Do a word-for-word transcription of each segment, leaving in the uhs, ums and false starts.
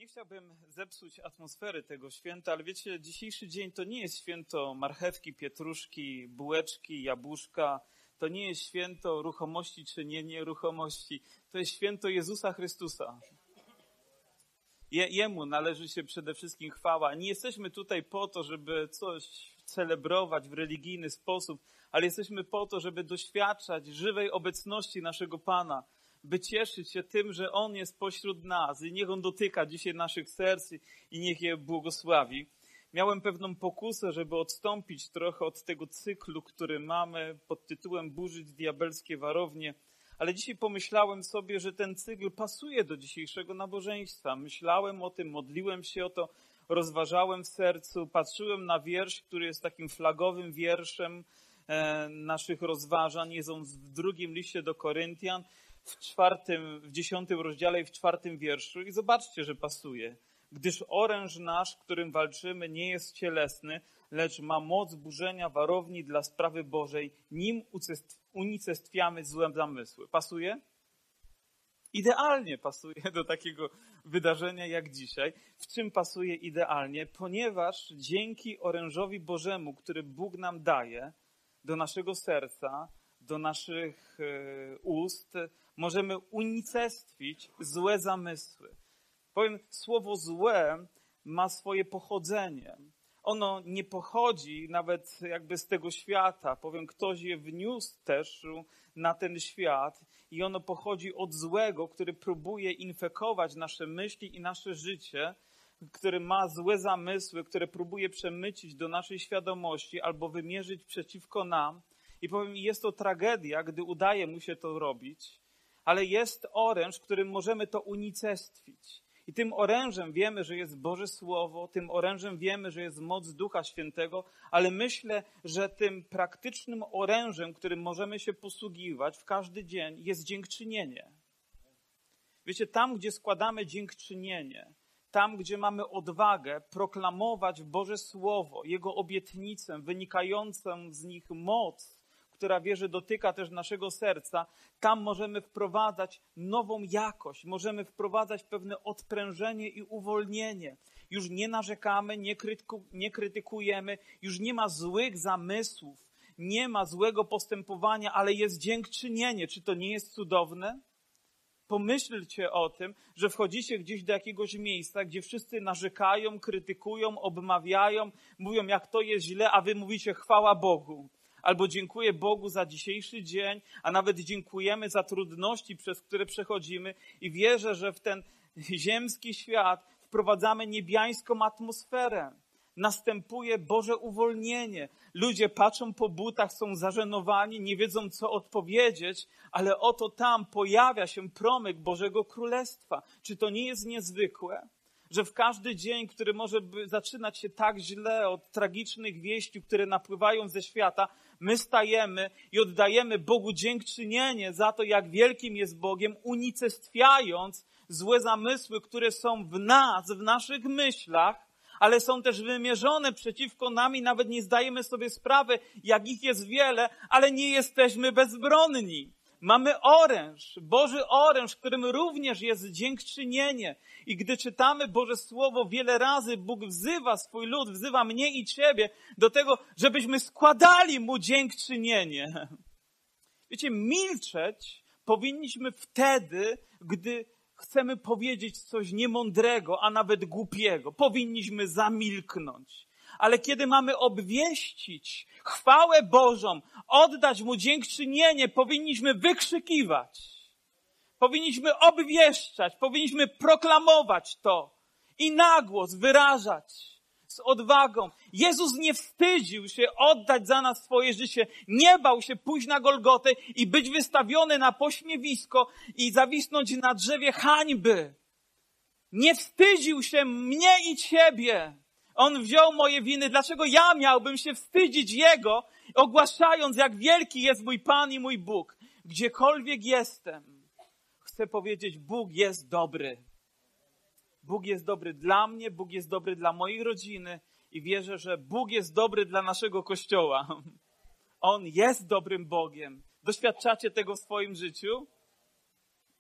Nie chciałbym zepsuć atmosfery tego święta, ale wiecie, dzisiejszy dzień to nie jest święto marchewki, pietruszki, bułeczki, jabłuszka. To nie jest święto ruchomości czy nie nieruchomości. To jest święto Jezusa Chrystusa. Je, Jemu należy się przede wszystkim chwała. Nie jesteśmy tutaj po to, żeby coś celebrować w religijny sposób, ale jesteśmy po to, żeby doświadczać żywej obecności naszego Pana, by cieszyć się tym, że On jest pośród nas i niech On dotyka dzisiaj naszych serc i niech je błogosławi. Miałem pewną pokusę, żeby odstąpić trochę od tego cyklu, który mamy pod tytułem Burzyć diabelskie warownie, ale dzisiaj pomyślałem sobie, że ten cykl pasuje do dzisiejszego nabożeństwa. Myślałem o tym, modliłem się o to, rozważałem w sercu, patrzyłem na wiersz, który jest takim flagowym wierszem e, naszych rozważań. Jest on w drugim liście do Koryntian, w czwartym, w dziesiątym rozdziale i w czwartym wierszu. I zobaczcie, że pasuje. Gdyż oręż nasz, którym walczymy, nie jest cielesny, lecz ma moc burzenia warowni dla sprawy Bożej, nim unicestwiamy złe zamysły. Pasuje? Idealnie pasuje do takiego wydarzenia jak dzisiaj. W czym pasuje idealnie? Ponieważ dzięki orężowi Bożemu, który Bóg nam daje do naszego serca, do naszych ust, możemy unicestwić złe zamysły. Powiem, słowo złe ma swoje pochodzenie. Ono nie pochodzi nawet jakby z tego świata. Powiem, ktoś je wniósł też na ten świat i ono pochodzi od złego, który próbuje infekować nasze myśli i nasze życie, który ma złe zamysły, które próbuje przemycić do naszej świadomości albo wymierzyć przeciwko nam. I powiem, jest to tragedia, gdy udaje mu się to robić, ale jest oręż, którym możemy to unicestwić. I tym orężem wiemy, że jest Boże Słowo, tym orężem wiemy, że jest moc Ducha Świętego, ale myślę, że tym praktycznym orężem, którym możemy się posługiwać w każdy dzień, jest dziękczynienie. Wiecie, tam, gdzie składamy dziękczynienie, tam, gdzie mamy odwagę proklamować Boże Słowo, Jego obietnicę, wynikającą z nich moc, która wierzę dotyka też naszego serca, tam możemy wprowadzać nową jakość, możemy wprowadzać pewne odprężenie i uwolnienie. Już nie narzekamy, nie, krytyku, nie krytykujemy, już nie ma złych zamysłów, nie ma złego postępowania, ale jest dziękczynienie. Czy to nie jest cudowne? Pomyślcie o tym, że wchodzicie gdzieś do jakiegoś miejsca, gdzie wszyscy narzekają, krytykują, obmawiają, mówią, jak to jest źle, a wy mówicie chwała Bogu. Albo dziękuję Bogu za dzisiejszy dzień, a nawet dziękujemy za trudności, przez które przechodzimy i wierzę, że w ten ziemski świat wprowadzamy niebiańską atmosferę. Następuje Boże uwolnienie. Ludzie patrzą po butach, są zażenowani, nie wiedzą co odpowiedzieć, ale oto tam pojawia się promyk Bożego Królestwa. Czy to nie jest niezwykłe? Że w każdy dzień, który może zaczynać się tak źle od tragicznych wieści, które napływają ze świata, my stajemy i oddajemy Bogu dziękczynienie za to, jak wielkim jest Bogiem, unicestwiając złe zamysły, które są w nas, w naszych myślach, ale są też wymierzone przeciwko nam i nawet nie zdajemy sobie sprawy, jak ich jest wiele, ale nie jesteśmy bezbronni. Mamy oręż, Boży oręż, którym również jest dziękczynienie. I gdy czytamy Boże Słowo, wiele razy Bóg wzywa swój lud, wzywa mnie i ciebie do tego, żebyśmy składali Mu dziękczynienie. Wiecie, milczeć powinniśmy wtedy, gdy chcemy powiedzieć coś niemądrego, a nawet głupiego. Powinniśmy zamilknąć. Ale kiedy mamy obwieścić chwałę Bożą, oddać Mu dziękczynienie, powinniśmy wykrzykiwać. Powinniśmy obwieszczać, powinniśmy proklamować to i na głos wyrażać z odwagą. Jezus nie wstydził się oddać za nas swoje życie, nie bał się pójść na Golgotę i być wystawiony na pośmiewisko i zawisnąć na drzewie hańby. Nie wstydził się mnie i ciebie. On wziął moje winy. Dlaczego ja miałbym się wstydzić Jego, ogłaszając, jak wielki jest mój Pan i mój Bóg? Gdziekolwiek jestem, chcę powiedzieć, Bóg jest dobry. Bóg jest dobry dla mnie, Bóg jest dobry dla mojej rodziny i wierzę, że Bóg jest dobry dla naszego Kościoła. On jest dobrym Bogiem. Doświadczacie tego w swoim życiu?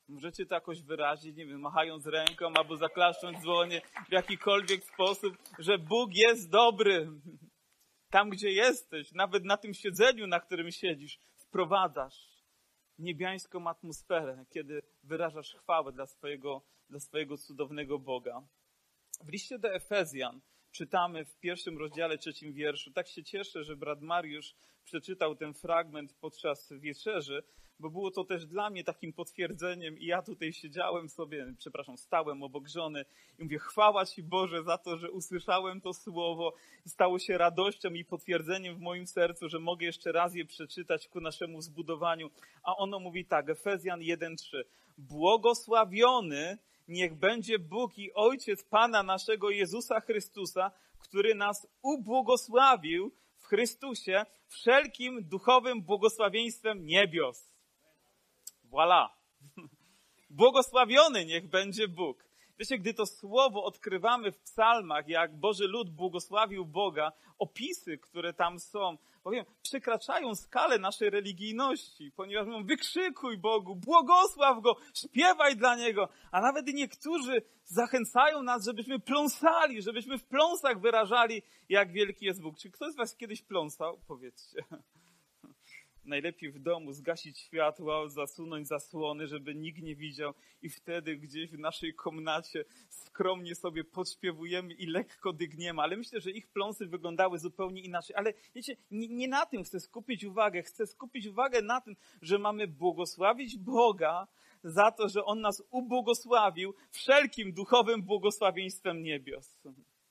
Możecie to jakoś wyrazić, nie wiem, machając ręką albo zaklaszcząc dłonie w jakikolwiek sposób, że Bóg jest dobry. Tam, gdzie jesteś, nawet na tym siedzeniu, na którym siedzisz, wprowadzasz niebiańską atmosferę, kiedy wyrażasz chwałę dla swojego, dla swojego cudownego Boga. W liście do Efezjan czytamy w pierwszym rozdziale, trzecim wierszu. Tak się cieszę, że brat Mariusz przeczytał ten fragment podczas wieczerzy, bo było to też dla mnie takim potwierdzeniem i ja tutaj siedziałem sobie, przepraszam, stałem obok żony i mówię, chwała Ci Boże za to, że usłyszałem to słowo i stało się radością i potwierdzeniem w moim sercu, że mogę jeszcze raz je przeczytać ku naszemu zbudowaniu. A ono mówi tak, Efezjan jeden trzy. Błogosławiony niech będzie Bóg i Ojciec Pana naszego Jezusa Chrystusa, który nas ubłogosławił w Chrystusie wszelkim duchowym błogosławieństwem niebios. Voilà. Błogosławiony niech będzie Bóg. Wiecie, gdy to słowo odkrywamy w psalmach, jak Boży lud błogosławił Boga, opisy, które tam są, powiem, przekraczają skalę naszej religijności, ponieważ mówią, wykrzykuj Bogu, błogosław Go, śpiewaj dla Niego. A nawet niektórzy zachęcają nas, żebyśmy pląsali, żebyśmy w pląsach wyrażali, jak wielki jest Bóg. Czy ktoś z was kiedyś pląsał? Powiedzcie. Najlepiej w domu zgasić światła, zasunąć zasłony, żeby nikt nie widział i wtedy gdzieś w naszej komnacie skromnie sobie podśpiewujemy i lekko dygniemy. Ale myślę, że ich pląsy wyglądały zupełnie inaczej. Ale wiecie, nie, nie na tym chcę skupić uwagę. Chcę skupić uwagę na tym, że mamy błogosławić Boga za to, że On nas ubłogosławił wszelkim duchowym błogosławieństwem niebios.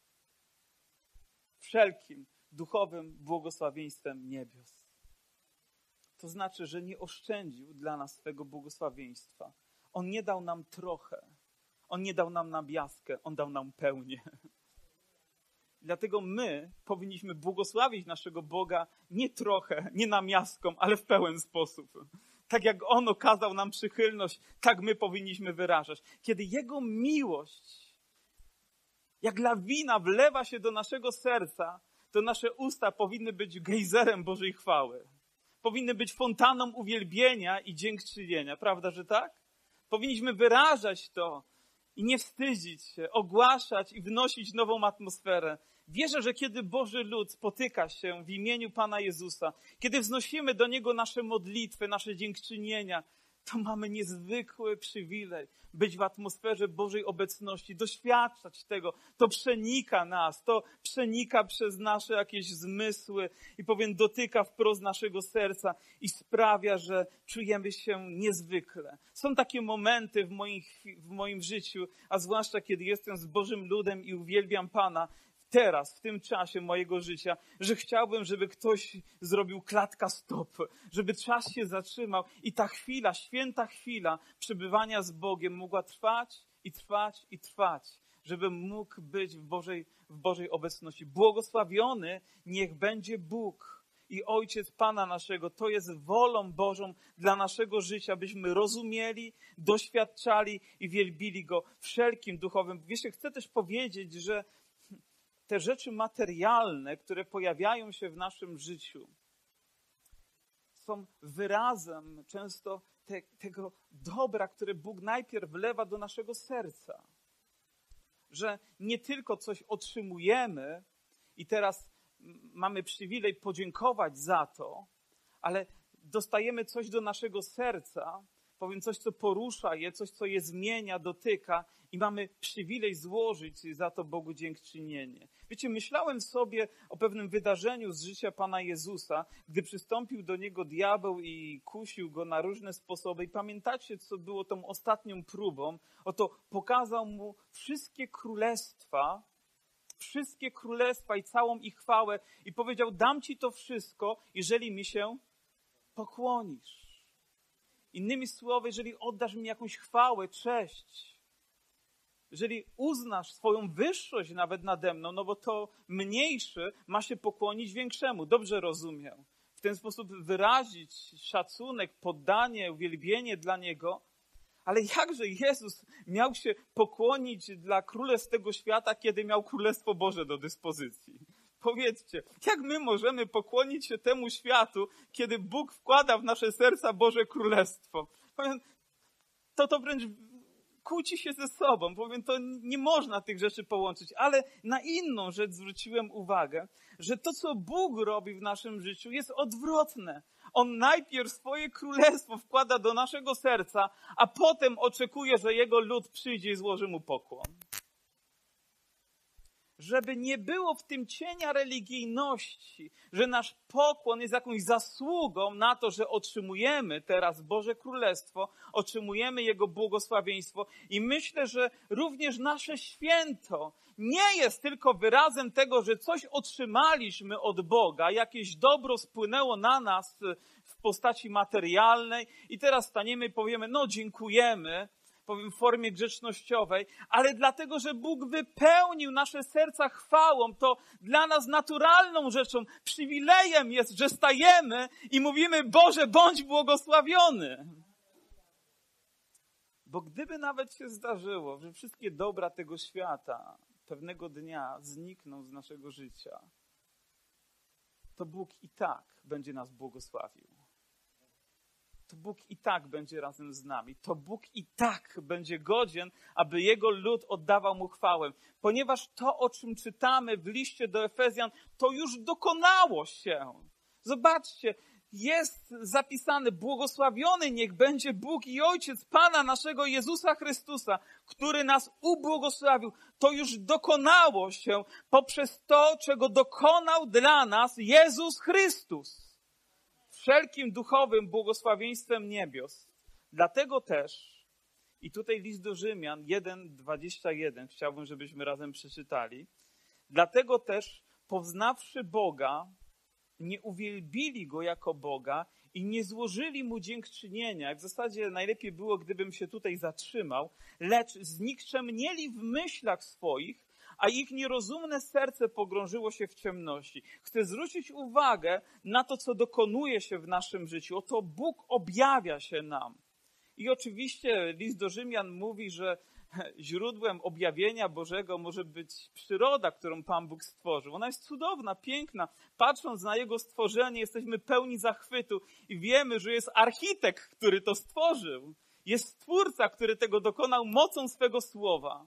Wszelkim duchowym błogosławieństwem niebios. To znaczy, że nie oszczędził dla nas swego błogosławieństwa. On nie dał nam trochę. On nie dał nam nabiaskę. On dał nam pełnię. Dlatego my powinniśmy błogosławić naszego Boga nie trochę, nie namiastką, ale w pełen sposób. Tak jak On okazał nam przychylność, tak my powinniśmy wyrażać. Kiedy Jego miłość, jak lawina, wlewa się do naszego serca, to nasze usta powinny być gejzerem Bożej chwały. Powinny być fontaną uwielbienia i dziękczynienia. Prawda, że tak? Powinniśmy wyrażać to i nie wstydzić się, ogłaszać i wnosić nową atmosferę. Wierzę, że kiedy Boży lud spotyka się w imieniu Pana Jezusa, kiedy wznosimy do Niego nasze modlitwy, nasze dziękczynienia, to mamy niezwykły przywilej być w atmosferze Bożej obecności, doświadczać tego. To przenika nas, to przenika przez nasze jakieś zmysły i powiem, dotyka wprost naszego serca i sprawia, że czujemy się niezwykle. Są takie momenty w moim, w moim życiu, a zwłaszcza kiedy jestem z Bożym ludem i uwielbiam Pana, teraz, w tym czasie mojego życia, że chciałbym, żeby ktoś zrobił klatka stop, żeby czas się zatrzymał i ta chwila, święta chwila przebywania z Bogiem mogła trwać i trwać i trwać, żebym mógł być w Bożej, w Bożej obecności. Błogosławiony niech będzie Bóg i Ojciec Pana naszego. To jest wolą Bożą dla naszego życia, byśmy rozumieli, doświadczali i wielbili Go wszelkim duchowym. Wiecie, chcę też powiedzieć, że te rzeczy materialne, które pojawiają się w naszym życiu, są wyrazem często te, tego dobra, które Bóg najpierw wlewa do naszego serca. Że nie tylko coś otrzymujemy i teraz mamy przywilej podziękować za to, ale dostajemy coś do naszego serca, powiem coś, co porusza je, coś, co je zmienia, dotyka i mamy przywilej złożyć za to Bogu dziękczynienie. Wiecie, myślałem sobie o pewnym wydarzeniu z życia Pana Jezusa, gdy przystąpił do Niego diabeł i kusił Go na różne sposoby. I pamiętacie, co było tą ostatnią próbą? Oto pokazał Mu wszystkie królestwa, wszystkie królestwa i całą ich chwałę i powiedział, dam Ci to wszystko, jeżeli mi się pokłonisz. Innymi słowy, jeżeli oddasz mi jakąś chwałę, cześć, jeżeli uznasz swoją wyższość nawet nade mną, no bo to mniejszy ma się pokłonić większemu. Dobrze rozumiem. W ten sposób wyrazić szacunek, poddanie, uwielbienie dla Niego. Ale jakże Jezus miał się pokłonić dla królestw tego świata, kiedy miał Królestwo Boże do dyspozycji? Powiedzcie, jak my możemy pokłonić się temu światu, kiedy Bóg wkłada w nasze serca Boże Królestwo? Powiem, to to wręcz kłóci się ze sobą. Powiem, to nie można tych rzeczy połączyć. Ale na inną rzecz zwróciłem uwagę, że to, co Bóg robi w naszym życiu, jest odwrotne. On najpierw swoje królestwo wkłada do naszego serca, a potem oczekuje, że jego lud przyjdzie i złoży mu pokłon. Żeby nie było w tym cienia religijności, że nasz pokłon jest jakąś zasługą na to, że otrzymujemy teraz Boże Królestwo, otrzymujemy Jego błogosławieństwo i myślę, że również nasze święto nie jest tylko wyrazem tego, że coś otrzymaliśmy od Boga, jakieś dobro spłynęło na nas w postaci materialnej i teraz staniemy i powiemy, no dziękujemy, powiem w formie grzecznościowej, ale dlatego, że Bóg wypełnił nasze serca chwałą, to dla nas naturalną rzeczą, przywilejem jest, że stajemy i mówimy, Boże, bądź błogosławiony. Bo gdyby nawet się zdarzyło, że wszystkie dobra tego świata pewnego dnia znikną z naszego życia, to Bóg i tak będzie nas błogosławił. To Bóg i tak będzie razem z nami. To Bóg i tak będzie godzien, aby Jego lud oddawał Mu chwałę. Ponieważ to, o czym czytamy w liście do Efezjan, to już dokonało się. Zobaczcie, jest zapisane, błogosławiony niech będzie Bóg i Ojciec Pana naszego Jezusa Chrystusa, który nas ubłogosławił. To już dokonało się poprzez to, czego dokonał dla nas Jezus Chrystus. Wszelkim duchowym błogosławieństwem niebios. Dlatego też, i tutaj list do Rzymian jeden, dwadzieścia jeden, chciałbym, żebyśmy razem przeczytali. Dlatego też, poznawszy Boga, nie uwielbili Go jako Boga i nie złożyli Mu dziękczynienia. W zasadzie najlepiej było, gdybym się tutaj zatrzymał, lecz znikczemnieli w myślach swoich, a ich nierozumne serce pogrążyło się w ciemności. Chcę zwrócić uwagę na to, co dokonuje się w naszym życiu. Oto Bóg objawia się nam. I oczywiście list do Rzymian mówi, że źródłem objawienia Bożego może być przyroda, którą Pan Bóg stworzył. Ona jest cudowna, piękna. Patrząc na Jego stworzenie, jesteśmy pełni zachwytu i wiemy, że jest architekt, który to stworzył. Jest Stwórca, który tego dokonał mocą swego słowa.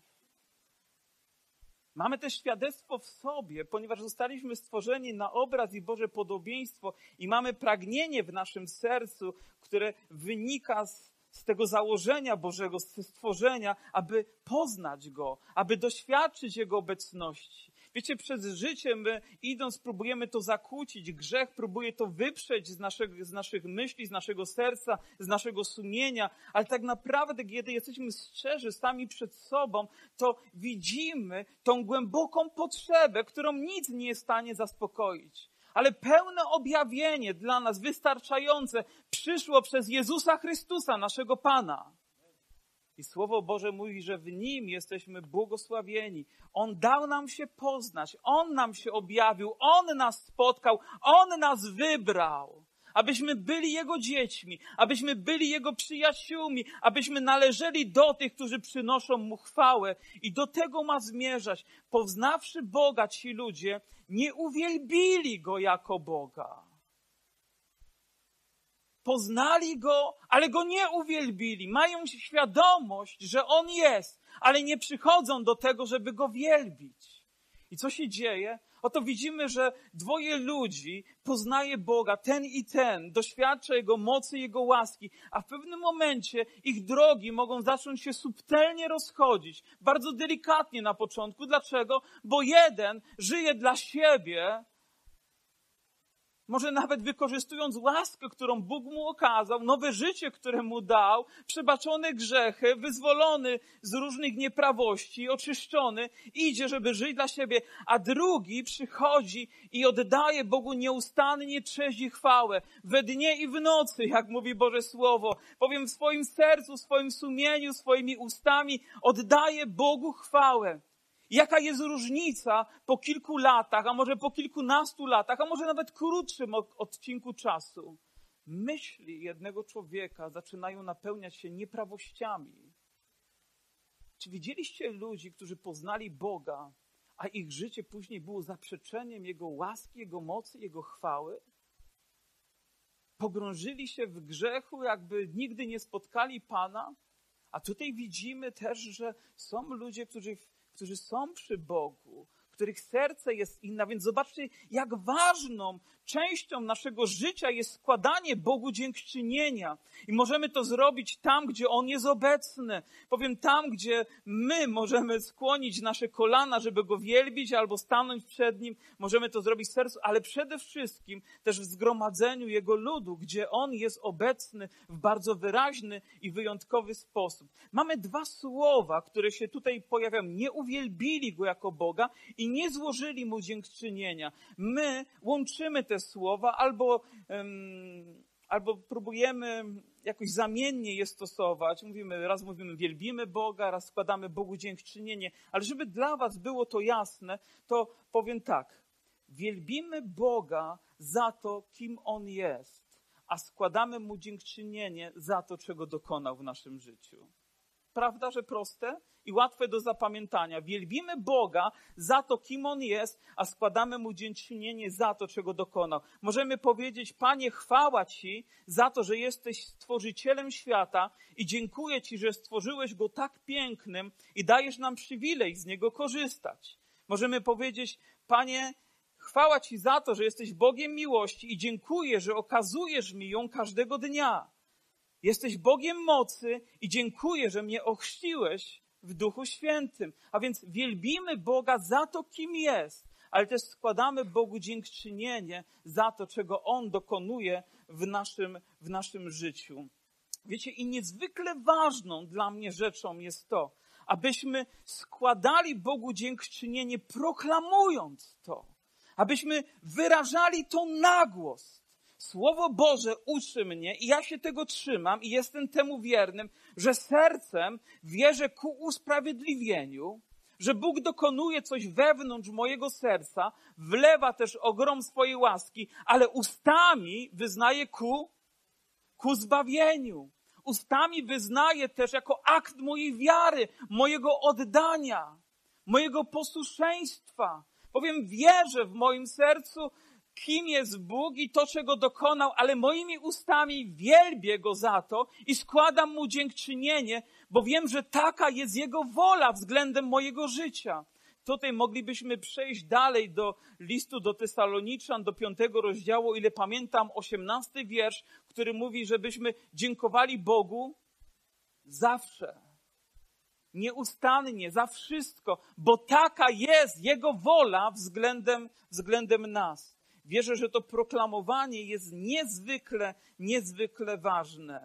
Mamy też świadectwo w sobie, ponieważ zostaliśmy stworzeni na obraz i Boże podobieństwo i mamy pragnienie w naszym sercu, które wynika z, z tego założenia Bożego, z stworzenia, aby poznać Go, aby doświadczyć Jego obecności. Wiecie, przez życie my idąc próbujemy to zakłócić, grzech próbuje to wyprzeć z naszych, z naszych myśli, z naszego serca, z naszego sumienia, ale tak naprawdę, kiedy jesteśmy szczerzy sami przed sobą, to widzimy tą głęboką potrzebę, którą nic nie jest w stanie zaspokoić. Ale pełne objawienie dla nas, wystarczające, przyszło przez Jezusa Chrystusa, naszego Pana. I Słowo Boże mówi, że w Nim jesteśmy błogosławieni. On dał nam się poznać, On nam się objawił, On nas spotkał, On nas wybrał, abyśmy byli Jego dziećmi, abyśmy byli Jego przyjaciółmi, abyśmy należeli do tych, którzy przynoszą Mu chwałę. I do tego ma zmierzać. Poznawszy Boga, ci ludzie nie uwielbili Go jako Boga. Poznali Go, ale Go nie uwielbili. Mają świadomość, że On jest, ale nie przychodzą do tego, żeby Go wielbić. I co się dzieje? Oto widzimy, że dwoje ludzi poznaje Boga, ten i ten, doświadcza Jego mocy, Jego łaski, a w pewnym momencie ich drogi mogą zacząć się subtelnie rozchodzić, bardzo delikatnie na początku. Dlaczego? Bo jeden żyje dla siebie, może nawet wykorzystując łaskę, którą Bóg mu okazał, nowe życie, które mu dał, przebaczone grzechy, wyzwolony z różnych nieprawości, oczyszczony, idzie, żeby żyć dla siebie, a drugi przychodzi i oddaje Bogu nieustannie cześć i chwałę, we dnie i w nocy, jak mówi Boże Słowo. Powiem, w swoim sercu, w swoim sumieniu, swoimi ustami oddaje Bogu chwałę. Jaka jest różnica po kilku latach, a może po kilkunastu latach, a może nawet krótszym odcinku czasu. Myśli jednego człowieka zaczynają napełniać się nieprawościami. Czy widzieliście ludzi, którzy poznali Boga, a ich życie później było zaprzeczeniem Jego łaski, Jego mocy, Jego chwały? Pogrążyli się w grzechu, jakby nigdy nie spotkali Pana, A tutaj widzimy też, że są ludzie, którzy, którzy są przy Bogu, których serce jest inne, więc zobaczcie, jak ważną częścią naszego życia jest składanie Bogu dziękczynienia. I możemy to zrobić tam, gdzie On jest obecny. Powiem tam, gdzie my możemy skłonić nasze kolana, żeby Go wielbić, albo stanąć przed Nim. Możemy to zrobić w sercu, ale przede wszystkim też w zgromadzeniu Jego ludu, gdzie On jest obecny w bardzo wyraźny i wyjątkowy sposób. Mamy dwa słowa, które się tutaj pojawiają. Nie uwielbili Go jako Boga i nie złożyli Mu dziękczynienia. My łączymy te słowa albo, um, albo próbujemy jakoś zamiennie je stosować. Mówimy, raz mówimy wielbimy Boga, raz składamy Bogu dziękczynienie. Ale żeby dla was było to jasne, to powiem tak. Wielbimy Boga za to, kim On jest, a składamy Mu dziękczynienie za to, czego dokonał w naszym życiu. Prawda, że proste i łatwe do zapamiętania. Wielbimy Boga za to, kim On jest, a składamy Mu dziękczynienie za to, czego dokonał. Możemy powiedzieć, Panie, chwała Ci za to, że jesteś Stworzycielem świata i dziękuję Ci, że stworzyłeś Go tak pięknym i dajesz nam przywilej z Niego korzystać. Możemy powiedzieć, Panie, chwała Ci za to, że jesteś Bogiem miłości i dziękuję, że okazujesz mi ją każdego dnia. Jesteś Bogiem mocy i dziękuję, że mnie ochrzciłeś w Duchu Świętym. A więc wielbimy Boga za to, kim jest, ale też składamy Bogu dziękczynienie za to, czego On dokonuje w naszym, w naszym życiu. Wiecie, i niezwykle ważną dla mnie rzeczą jest to, abyśmy składali Bogu dziękczynienie, proklamując to. Abyśmy wyrażali to na głos. Słowo Boże uczy mnie i ja się tego trzymam i jestem temu wiernym, że sercem wierzę ku usprawiedliwieniu, że Bóg dokonuje coś wewnątrz mojego serca, wlewa też ogrom swojej łaski, ale ustami wyznaję ku, ku zbawieniu. Ustami wyznaję też jako akt mojej wiary, mojego oddania, mojego posłuszeństwa. Bowiem wierzę w moim sercu, kim jest Bóg i to, czego dokonał, ale moimi ustami wielbię Go za to i składam Mu dziękczynienie, bo wiem, że taka jest Jego wola względem mojego życia. Tutaj moglibyśmy przejść dalej do listu do Tesaloniczan, do piątego rozdziału, ile pamiętam, osiemnasty wiersz, który mówi, żebyśmy dziękowali Bogu zawsze. Nieustannie, za wszystko, bo taka jest Jego wola względem, względem nas. Wierzę, że to proklamowanie jest niezwykle, niezwykle ważne.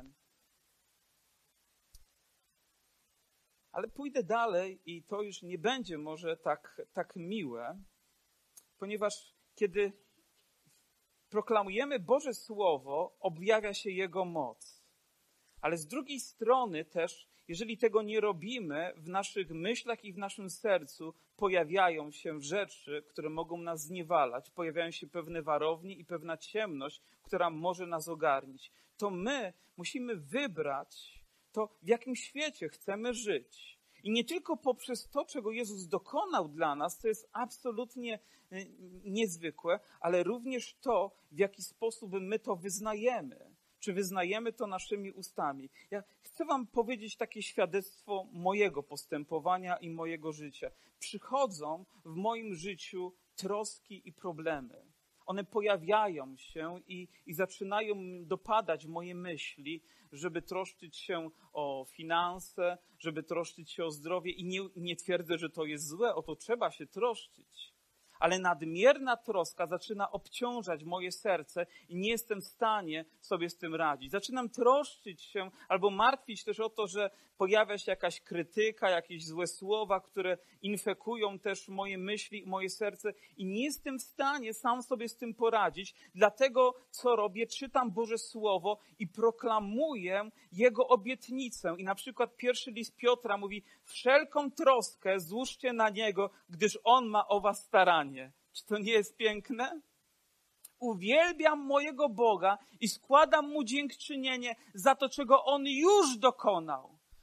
Ale pójdę dalej i to już nie będzie może tak, tak miłe, ponieważ kiedy proklamujemy Boże Słowo, objawia się Jego moc. Ale z drugiej strony też, jeżeli tego nie robimy, w naszych myślach i w naszym sercu pojawiają się rzeczy, które mogą nas zniewalać. Pojawiają się pewne warownie i pewna ciemność, która może nas ogarnić. To my musimy wybrać to, w jakim świecie chcemy żyć. I nie tylko poprzez to, czego Jezus dokonał dla nas, co jest absolutnie niezwykłe, ale również to, w jaki sposób my to wyznajemy. Czy wyznajemy to naszymi ustami? Ja chcę wam powiedzieć takie świadectwo mojego postępowania i mojego życia. Przychodzą w moim życiu troski i problemy. One pojawiają się i, i zaczynają dopadać moje myśli, żeby troszczyć się o finanse, żeby troszczyć się o zdrowie. I nie, nie twierdzę, że to jest złe, o to trzeba się troszczyć. Ale nadmierna troska zaczyna obciążać moje serce i nie jestem w stanie sobie z tym radzić. Zaczynam troszczyć się albo martwić też o to, że pojawia się jakaś krytyka, jakieś złe słowa, które infekują też moje myśli i moje serce i nie jestem w stanie sam sobie z tym poradzić. Dlatego, co robię, czytam Boże Słowo i proklamuję Jego obietnicę. I na przykład pierwszy list Piotra mówi, wszelką troskę złóżcie na Niego, gdyż On ma o was staranie. Czy to nie jest piękne? Uwielbiam mojego Boga i składam Mu dziękczynienie za to, czego On już dokonał.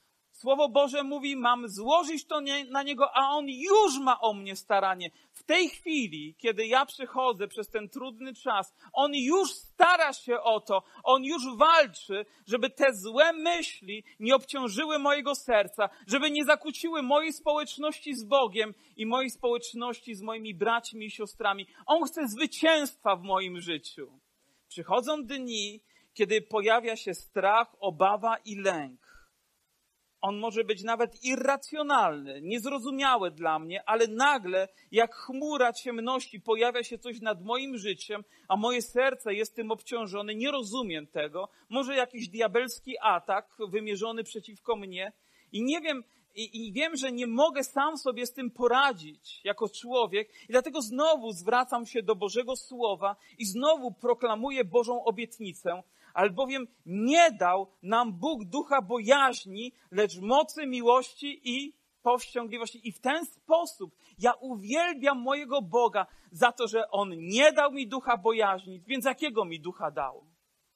Słowo Boże mówi, mam złożyć to nie, na Niego, a On już ma o mnie staranie. W tej chwili, kiedy ja przychodzę przez ten trudny czas, On już stara się o to, On już walczy, żeby te złe myśli nie obciążyły mojego serca, żeby nie zakłóciły mojej społeczności z Bogiem i mojej społeczności z moimi braćmi i siostrami. On chce zwycięstwa w moim życiu. Przychodzą dni, kiedy pojawia się strach, obawa i lęk. On może być nawet irracjonalny, niezrozumiały dla mnie, ale nagle, jak chmura ciemności, pojawia się coś nad moim życiem, a moje serce jest tym obciążone, nie rozumiem tego. Może jakiś diabelski atak wymierzony przeciwko mnie i nie wiem, i, i wiem, że nie mogę sam sobie z tym poradzić jako człowiek i dlatego znowu zwracam się do Bożego Słowa i znowu proklamuję Bożą obietnicę, albowiem nie dał nam Bóg ducha bojaźni, lecz mocy, miłości i powściągliwości. I w ten sposób ja uwielbiam mojego Boga za to, że On nie dał mi ducha bojaźni. Więc jakiego mi ducha dał?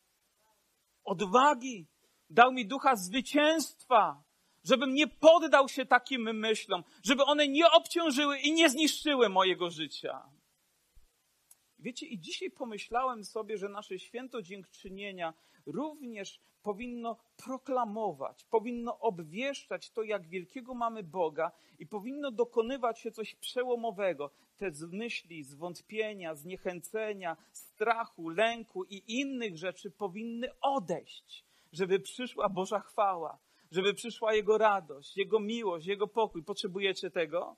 Odwagi. Dał mi ducha zwycięstwa, żebym nie poddał się takim myślom, żeby one nie obciążyły i nie zniszczyły mojego życia. Wiecie, i dzisiaj pomyślałem sobie, że nasze święto dziękczynienia również powinno proklamować, powinno obwieszczać to, jak wielkiego mamy Boga i powinno dokonywać się coś przełomowego. Te myśli, zwątpienia, zniechęcenia, strachu, lęku i innych rzeczy powinny odejść, żeby przyszła Boża chwała, żeby przyszła Jego radość, Jego miłość, Jego pokój. Potrzebujecie tego?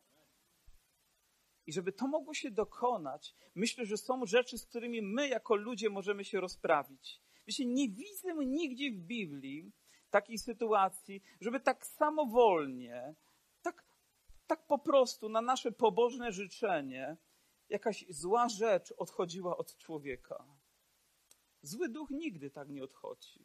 I żeby to mogło się dokonać, myślę, że są rzeczy, z którymi my jako ludzie możemy się rozprawić. Wiecie, nie widzę nigdzie w Biblii takiej sytuacji, żeby tak samowolnie, tak, tak po prostu na nasze pobożne życzenie jakaś zła rzecz odchodziła od człowieka. Zły duch nigdy tak nie odchodzi.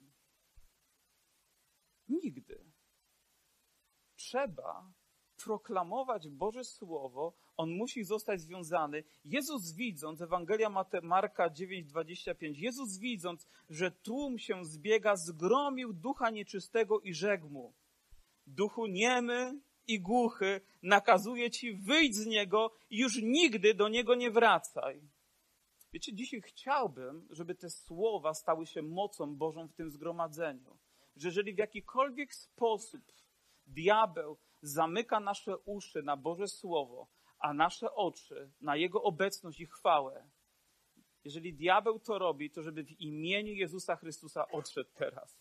Nigdy. Trzeba proklamować Boże Słowo, on musi zostać związany. Jezus widząc, Ewangelia Marka dziewięć dwadzieścia pięć, Jezus widząc, że tłum się zbiega, zgromił ducha nieczystego i rzekł mu: duchu niemy i głuchy, nakazuję ci, wyjdź z niego i już nigdy do niego nie wracaj. Wiecie, dzisiaj chciałbym, żeby te słowa stały się mocą Bożą w tym zgromadzeniu. Że jeżeli w jakikolwiek sposób diabeł zamyka nasze uszy na Boże Słowo, a nasze oczy na Jego obecność i chwałę, jeżeli diabeł to robi, to żeby w imieniu Jezusa Chrystusa odszedł teraz.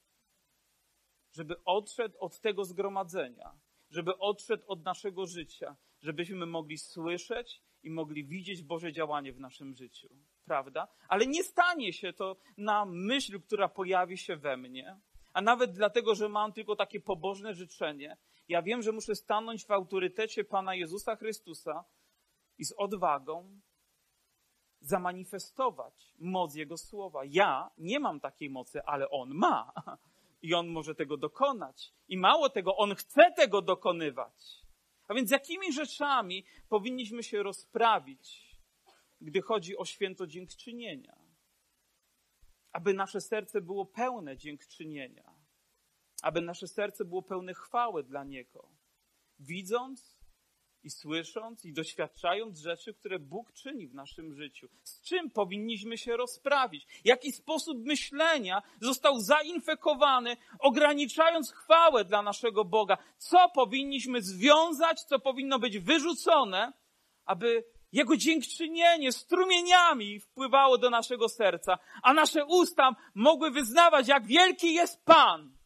Żeby odszedł od tego zgromadzenia, żeby odszedł od naszego życia, żebyśmy mogli słyszeć i mogli widzieć Boże działanie w naszym życiu. Prawda? Ale nie stanie się to na myśl, która pojawi się we mnie, a nawet dlatego, że mam tylko takie pobożne życzenie. Ja wiem, że muszę stanąć w autorytecie Pana Jezusa Chrystusa i z odwagą zamanifestować moc Jego słowa. Ja nie mam takiej mocy, ale On ma. I On może tego dokonać. I mało tego, On chce tego dokonywać. A więc jakimi rzeczami powinniśmy się rozprawić, gdy chodzi o święto dziękczynienia? Aby nasze serce było pełne dziękczynienia. Aby nasze serce było pełne chwały dla Niego. Widząc i słysząc i doświadczając rzeczy, które Bóg czyni w naszym życiu. Z czym powinniśmy się rozprawić? Jaki sposób myślenia został zainfekowany, ograniczając chwałę dla naszego Boga? Co powinniśmy związać, co powinno być wyrzucone, aby Jego dziękczynienie strumieniami wpływało do naszego serca, a nasze usta mogły wyznawać, jak wielki jest Pan.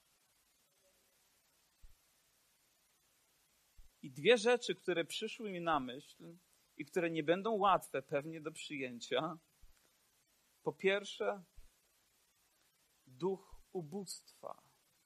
I dwie rzeczy, które przyszły mi na myśl i które nie będą łatwe pewnie do przyjęcia. Po pierwsze, duch ubóstwa.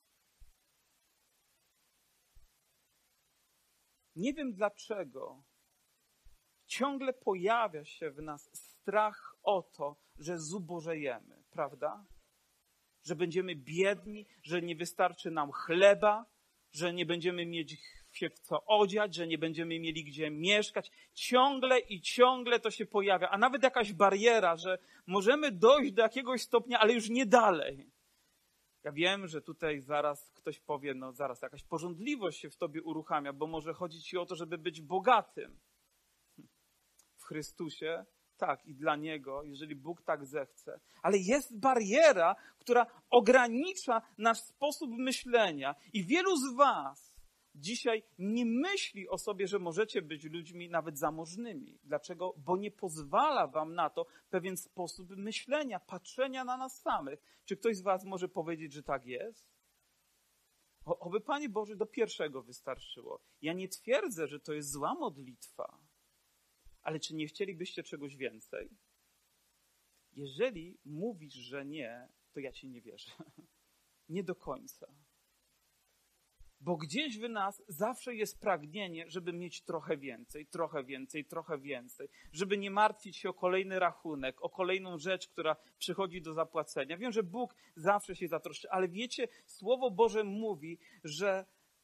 Nie wiem dlaczego ciągle pojawia się w nas strach o to, że zubożejemy, prawda? Że będziemy biedni, że nie wystarczy nam chleba, że nie będziemy mieć się w co odziać, że nie będziemy mieli gdzie mieszkać. Ciągle i ciągle to się pojawia. A nawet jakaś bariera, że możemy dojść do jakiegoś stopnia, ale już nie dalej. Ja wiem, że tutaj zaraz ktoś powie, no zaraz jakaś pożądliwość się w tobie uruchamia, bo może chodzi ci o to, żeby być bogatym. W Chrystusie, tak, i dla Niego, jeżeli Bóg tak zechce. Ale jest bariera, która ogranicza nasz sposób myślenia i wielu z was dzisiaj nie myśli o sobie, że możecie być ludźmi nawet zamożnymi. Dlaczego? Bo nie pozwala wam na to pewien sposób myślenia, patrzenia na nas samych. Czy ktoś z was może powiedzieć, że tak jest? O, oby Panie Boże do pierwszego wystarczyło. Ja nie twierdzę, że to jest zła modlitwa, ale czy nie chcielibyście czegoś więcej? Jeżeli mówisz, że nie, to ja ci nie wierzę. Nie do końca. Bo gdzieś w nas zawsze jest pragnienie, żeby mieć trochę więcej, trochę więcej, trochę więcej. Żeby nie martwić się o kolejny rachunek, o kolejną rzecz, która przychodzi do zapłacenia. Wiem, że Bóg zawsze się zatroszczy, ale wiecie, Słowo Boże mówi, że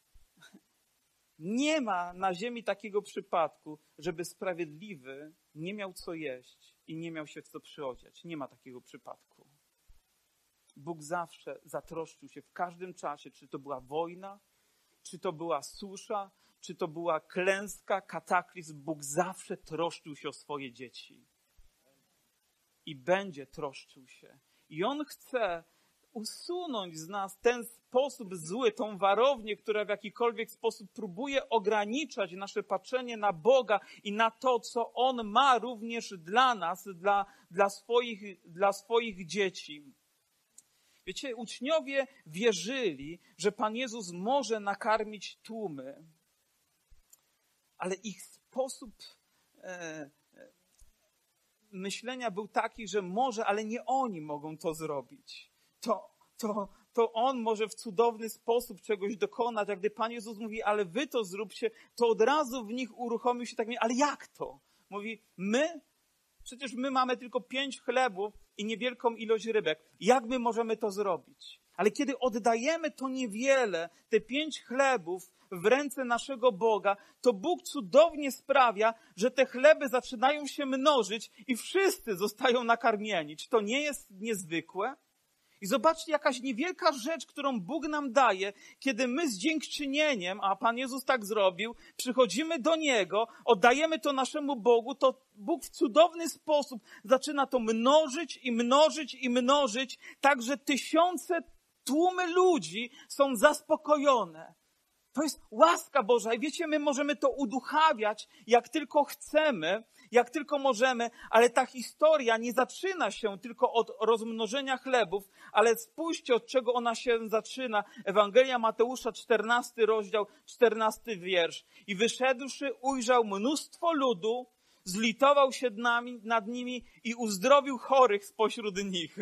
nie ma na ziemi takiego przypadku, żeby sprawiedliwy nie miał co jeść i nie miał się w co przyodziać. Nie ma takiego przypadku. Bóg zawsze zatroszczył się w każdym czasie, czy to była wojna, czy to była susza, czy to była klęska, kataklizm. Bóg zawsze troszczył się o swoje dzieci. I będzie troszczył się. I On chce usunąć z nas ten sposób zły, tą warownię, która w jakikolwiek sposób próbuje ograniczać nasze patrzenie na Boga i na to, co On ma również dla nas, dla, dla, swoich, dla swoich dzieci. Wiecie, uczniowie wierzyli, że Pan Jezus może nakarmić tłumy, ale ich sposób e, myślenia był taki, że może, ale nie oni mogą to zrobić. To, to, to On może w cudowny sposób czegoś dokonać, a gdy Pan Jezus mówi, ale wy to zróbcie, to od razu w nich uruchomił się tak, ale jak to? Mówi, my? Przecież my mamy tylko pięć chlebów i niewielką ilość rybek. Jak my możemy to zrobić? Ale kiedy oddajemy to niewiele, te pięć chlebów w ręce naszego Boga, to Bóg cudownie sprawia, że te chleby zaczynają się mnożyć i wszyscy zostają nakarmieni. Czy to nie jest niezwykłe? I zobaczcie, jakaś niewielka rzecz, którą Bóg nam daje, kiedy my z dziękczynieniem, a Pan Jezus tak zrobił, przychodzimy do Niego, oddajemy to naszemu Bogu, to Bóg w cudowny sposób zaczyna to mnożyć i mnożyć i mnożyć, tak że tysiące, tłumy ludzi są zaspokojone. To jest łaska Boża i wiecie, my możemy to uduchawiać, jak tylko chcemy, jak tylko możemy, ale ta historia nie zaczyna się tylko od rozmnożenia chlebów, ale spójrzcie, od czego ona się zaczyna. Ewangelia Mateusza, czternasty rozdział, czternasty wiersz. I wyszedłszy, ujrzał mnóstwo ludu, zlitował się nad nimi i uzdrowił chorych spośród nich.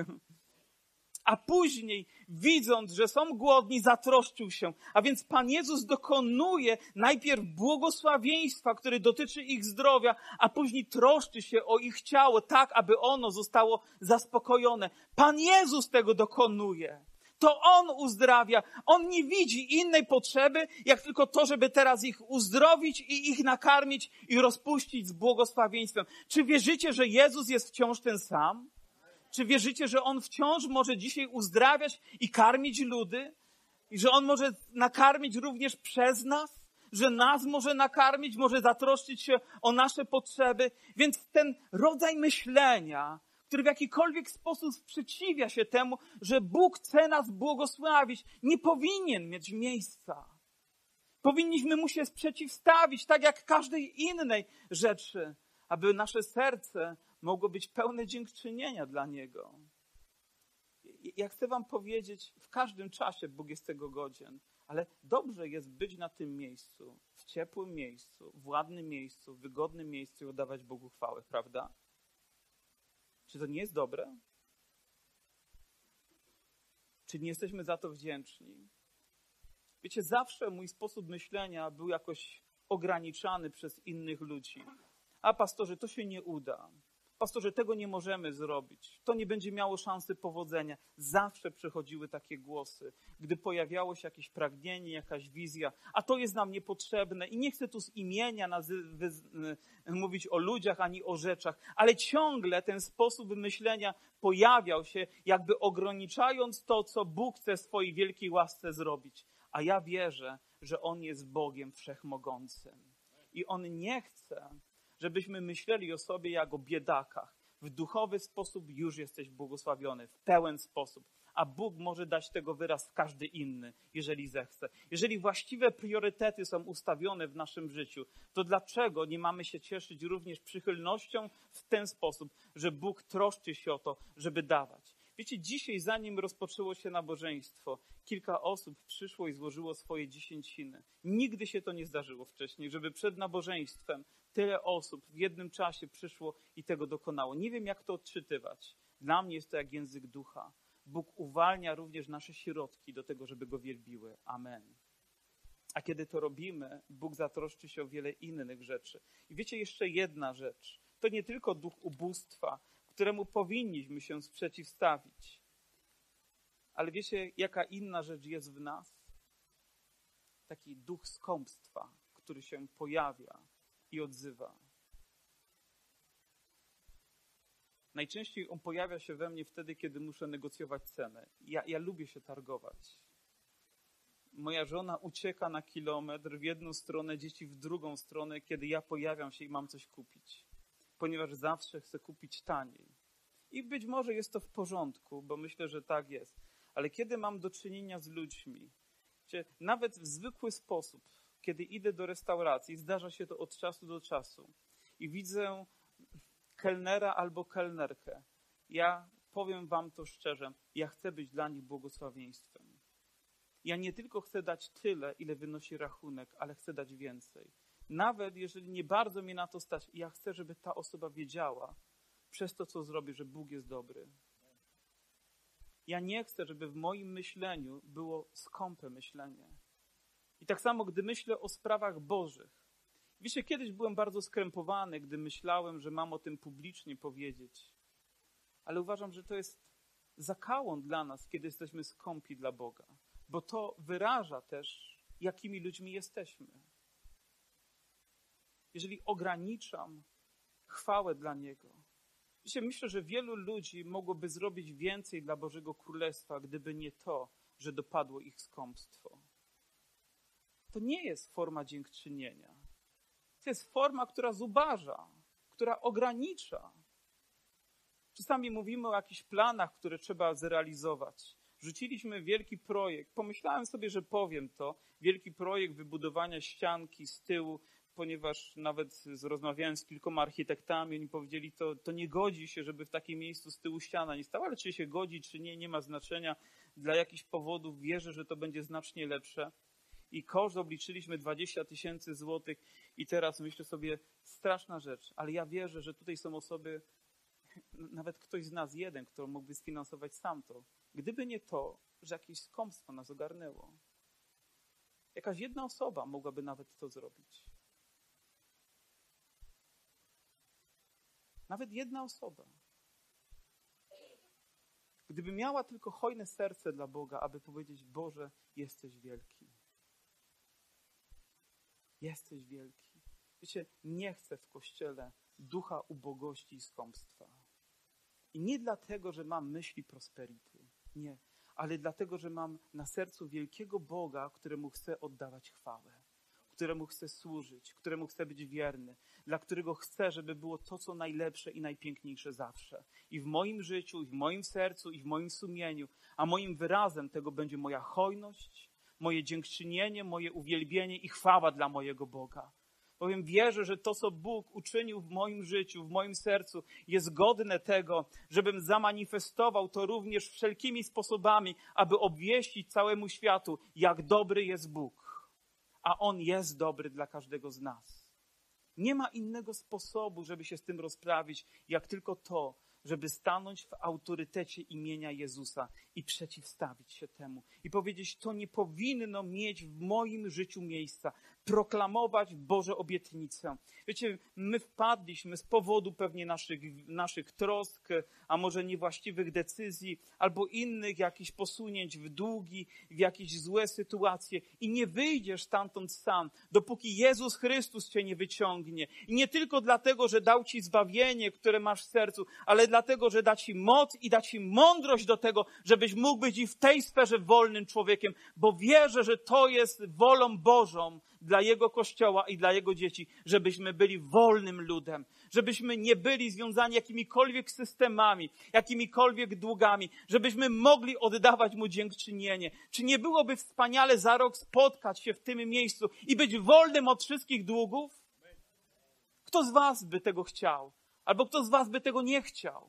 A później, widząc, że są głodni, zatroszczył się. A więc Pan Jezus dokonuje najpierw błogosławieństwa, które dotyczy ich zdrowia, a później troszczy się o ich ciało, tak, aby ono zostało zaspokojone. Pan Jezus tego dokonuje. To On uzdrawia. On nie widzi innej potrzeby, jak tylko to, żeby teraz ich uzdrowić i ich nakarmić i rozpuścić z błogosławieństwem. Czy wierzycie, że Jezus jest wciąż ten sam? Czy wierzycie, że On wciąż może dzisiaj uzdrawiać i karmić ludy? I że On może nakarmić również przez nas? Że nas może nakarmić, może zatroszczyć się o nasze potrzeby? Więc ten rodzaj myślenia, który w jakikolwiek sposób sprzeciwia się temu, że Bóg chce nas błogosławić, nie powinien mieć miejsca. Powinniśmy Mu się sprzeciwstawić, tak jak każdej innej rzeczy, aby nasze serce mogło być pełne dziękczynienia dla Niego. Ja chcę wam powiedzieć, w każdym czasie Bóg jest tego godzien, ale dobrze jest być na tym miejscu, w ciepłym miejscu, w ładnym miejscu, w wygodnym miejscu i oddawać Bogu chwałę, prawda? Czy to nie jest dobre? Czy nie jesteśmy za to wdzięczni? Wiecie, zawsze mój sposób myślenia był jakoś ograniczany przez innych ludzi. A pastorze, to się nie uda. pastorze, tego nie możemy zrobić, to nie będzie miało szansy powodzenia. Zawsze przychodziły takie głosy, gdy pojawiało się jakieś pragnienie, jakaś wizja, a to jest nam niepotrzebne i nie chcę tu z imienia nazy- wy- mówić o ludziach ani o rzeczach, ale ciągle ten sposób myślenia pojawiał się, jakby ograniczając to, co Bóg chce w swojej wielkiej łasce zrobić. A ja wierzę, że On jest Bogiem Wszechmogącym i On nie chce, żebyśmy myśleli o sobie jak o biedakach. W duchowy sposób już jesteś błogosławiony, w pełen sposób. A Bóg może dać tego wyraz w każdy inny, jeżeli zechce. Jeżeli właściwe priorytety są ustawione w naszym życiu, to dlaczego nie mamy się cieszyć również przychylnością w ten sposób, że Bóg troszczy się o to, żeby dawać? Wiecie, dzisiaj, zanim rozpoczęło się nabożeństwo, kilka osób przyszło i złożyło swoje dziesięciny. Nigdy się to nie zdarzyło wcześniej, żeby przed nabożeństwem tyle osób w jednym czasie przyszło i tego dokonało. Nie wiem, jak to odczytywać. Dla mnie jest to jak język ducha. Bóg uwalnia również nasze środki do tego, żeby Go wielbiły. Amen. A kiedy to robimy, Bóg zatroszczy się o wiele innych rzeczy. I wiecie, jeszcze jedna rzecz. To nie tylko duch ubóstwa, któremu powinniśmy się sprzeciwstawić. Ale wiecie, jaka inna rzecz jest w nas? Taki duch skąpstwa, który się pojawia i odzywa. Najczęściej on pojawia się we mnie wtedy, kiedy muszę negocjować cenę. Ja, ja lubię się targować. Moja żona ucieka na kilometr w jedną stronę, dzieci w drugą stronę, kiedy ja pojawiam się i mam coś kupić. Ponieważ zawsze chcę kupić taniej. I być może jest to w porządku, bo myślę, że tak jest. Ale kiedy mam do czynienia z ludźmi, wiecie, nawet w zwykły sposób, kiedy idę do restauracji, zdarza się to od czasu do czasu i widzę kelnera albo kelnerkę. Ja powiem wam to szczerze, ja chcę być dla nich błogosławieństwem. Ja nie tylko chcę dać tyle, ile wynosi rachunek, ale chcę dać więcej. Nawet jeżeli nie bardzo mnie na to stać, ja chcę, żeby ta osoba wiedziała przez to, co zrobię, że Bóg jest dobry. Ja nie chcę, żeby w moim myśleniu było skąpe myślenie. I tak samo, gdy myślę o sprawach bożych. Wiecie, kiedyś byłem bardzo skrępowany, gdy myślałem, że mam o tym publicznie powiedzieć. Ale uważam, że to jest zakałą dla nas, kiedy jesteśmy skąpi dla Boga. Bo to wyraża też, jakimi ludźmi jesteśmy. Jeżeli ograniczam chwałę dla Niego. Wiecie, myślę, że wielu ludzi mogłoby zrobić więcej dla Bożego Królestwa, gdyby nie to, że dopadło ich skąpstwo. To nie jest forma dziękczynienia. To jest forma, która zubaża, która ogranicza. Czasami mówimy o jakichś planach, które trzeba zrealizować. Rzuciliśmy wielki projekt. Pomyślałem sobie, że powiem to. Wielki projekt wybudowania ścianki z tyłu, ponieważ nawet rozmawiałem z kilkoma architektami, oni powiedzieli, to, to nie godzi się, żeby w takim miejscu z tyłu ściana nie stała, ale czy się godzi, czy nie, nie ma znaczenia. Dla jakichś powodów wierzę, że to będzie znacznie lepsze. I koszt obliczyliśmy dwadzieścia tysięcy złotych i teraz myślę sobie, straszna rzecz, ale ja wierzę, że tutaj są osoby, nawet ktoś z nas jeden, kto mógłby sfinansować sam to. Gdyby nie to, że jakieś skąpstwo nas ogarnęło. Jakaś jedna osoba mogłaby nawet to zrobić. Nawet jedna osoba. Gdyby miała tylko hojne serce dla Boga, aby powiedzieć, Boże, jesteś wielki. Jesteś wielki. Wiecie, nie chcę w Kościele ducha ubogości i skąpstwa. I nie dlatego, że mam myśli prosperity. Nie. Ale dlatego, że mam na sercu wielkiego Boga, któremu chcę oddawać chwałę. Któremu chcę służyć, któremu chcę być wierny. Dla którego chcę, żeby było to, co najlepsze i najpiękniejsze zawsze. I w moim życiu, i w moim sercu, i w moim sumieniu. A moim wyrazem tego będzie moja hojność, moje dziękczynienie, moje uwielbienie i chwała dla mojego Boga. Bowiem wierzę, że to, co Bóg uczynił w moim życiu, w moim sercu, jest godne tego, żebym zamanifestował to również wszelkimi sposobami, aby obwieścić całemu światu, jak dobry jest Bóg. A On jest dobry dla każdego z nas. Nie ma innego sposobu, żeby się z tym rozprawić, jak tylko to, żeby stanąć w autorytecie imienia Jezusa i przeciwstawić się temu. I powiedzieć, to nie powinno mieć w moim życiu miejsca. Proklamować Boże obietnice. Wiecie, my wpadliśmy z powodu pewnie naszych, naszych trosk, a może niewłaściwych decyzji, albo innych jakichś posunięć w długi, w jakieś złe sytuacje i nie wyjdziesz stamtąd sam, dopóki Jezus Chrystus cię nie wyciągnie. I nie tylko dlatego, że dał ci zbawienie, które masz w sercu, ale dlatego, że da ci moc i da ci mądrość do tego, żebyś mógł być i w tej sferze wolnym człowiekiem, bo wierzę, że to jest wolą Bożą dla Jego Kościoła i dla Jego dzieci, żebyśmy byli wolnym ludem, żebyśmy nie byli związani jakimikolwiek systemami, jakimikolwiek długami, żebyśmy mogli oddawać Mu dziękczynienie. Czy nie byłoby wspaniale za rok spotkać się w tym miejscu i być wolnym od wszystkich długów? Kto z was by tego chciał? Albo kto z was by tego nie chciał?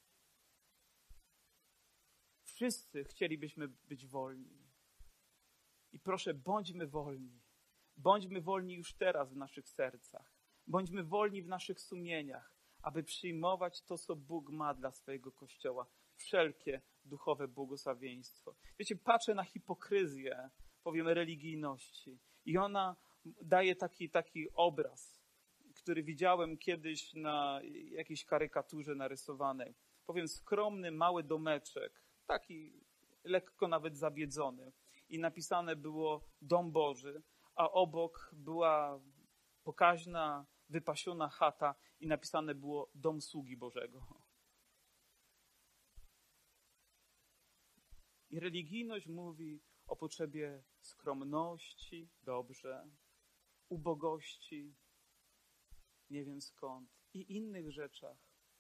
Wszyscy chcielibyśmy być wolni. I proszę, bądźmy wolni. Bądźmy wolni już teraz w naszych sercach. Bądźmy wolni w naszych sumieniach, aby przyjmować to, co Bóg ma dla swojego Kościoła. Wszelkie duchowe błogosławieństwo. Wiecie, patrzę na hipokryzję, powiem, religijności. I ona daje taki, taki obraz, który widziałem kiedyś na jakiejś karykaturze narysowanej. Powiem, skromny, mały domeczek, taki lekko nawet zabiedzony. I napisane było Dom Boży, a obok była pokaźna, wypasiona chata i napisane było Dom Sługi Bożego. I religijność mówi o potrzebie skromności, dobrze, ubogości, nie wiem skąd, i innych rzeczach.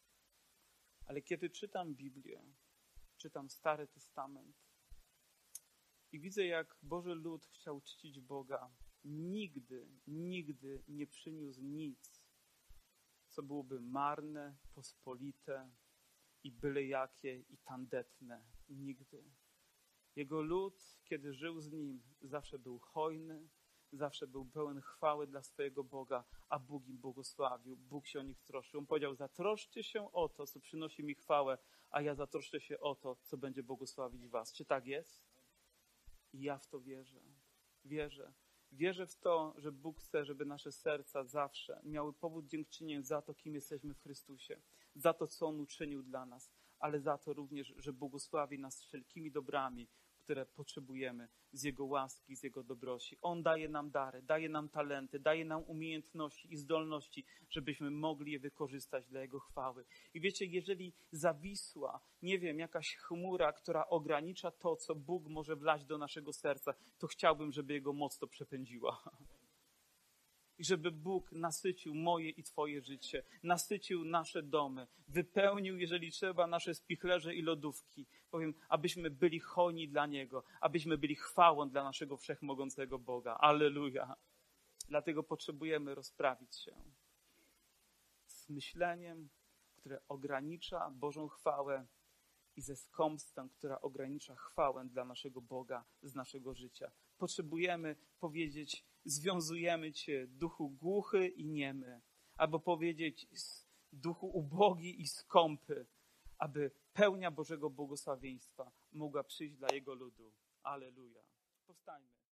Ale kiedy czytam Biblię, czytam Stary Testament i widzę, jak Boży lud chciał czcić Boga, nigdy, nigdy nie przyniósł nic, co byłoby marne, pospolite i byle jakie i tandetne. Nigdy. Jego lud, kiedy żył z Nim, zawsze był hojny, zawsze był pełen chwały dla swojego Boga, a Bóg im błogosławił, Bóg się o nich troszczył. On powiedział, zatroszczcie się o to, co przynosi mi chwałę, a ja zatroszczę się o to, co będzie błogosławić was. Czy tak jest? I ja w to wierzę. Wierzę. Wierzę w to, że Bóg chce, żeby nasze serca zawsze miały powód dziękczynienia za to, kim jesteśmy w Chrystusie, za to, co On uczynił dla nas, ale za to również, że błogosławi nas wszelkimi dobrami, które potrzebujemy z Jego łaski, z Jego dobroci. On daje nam dary, daje nam talenty, daje nam umiejętności i zdolności, żebyśmy mogli je wykorzystać dla Jego chwały. I wiecie, jeżeli zawisła, nie wiem, jakaś chmura, która ogranicza to, co Bóg może wlać do naszego serca, to chciałbym, żeby Jego moc to przepędziła. I żeby Bóg nasycił moje i Twoje życie, nasycił nasze domy, wypełnił, jeżeli trzeba, nasze spichlerze i lodówki. Powiem, abyśmy byli hojni dla Niego, abyśmy byli chwałą dla naszego wszechmogącego Boga. Alleluja. Dlatego potrzebujemy rozprawić się z myśleniem, które ogranicza Bożą chwałę i ze skąpstwem, która ogranicza chwałę dla naszego Boga z naszego życia. Potrzebujemy powiedzieć, związujemy Cię, duchu głuchy i niemy, albo powiedzieć, duchu ubogi i skąpy, aby pełnia Bożego błogosławieństwa mogła przyjść dla Jego ludu. Alleluja. Powstańmy.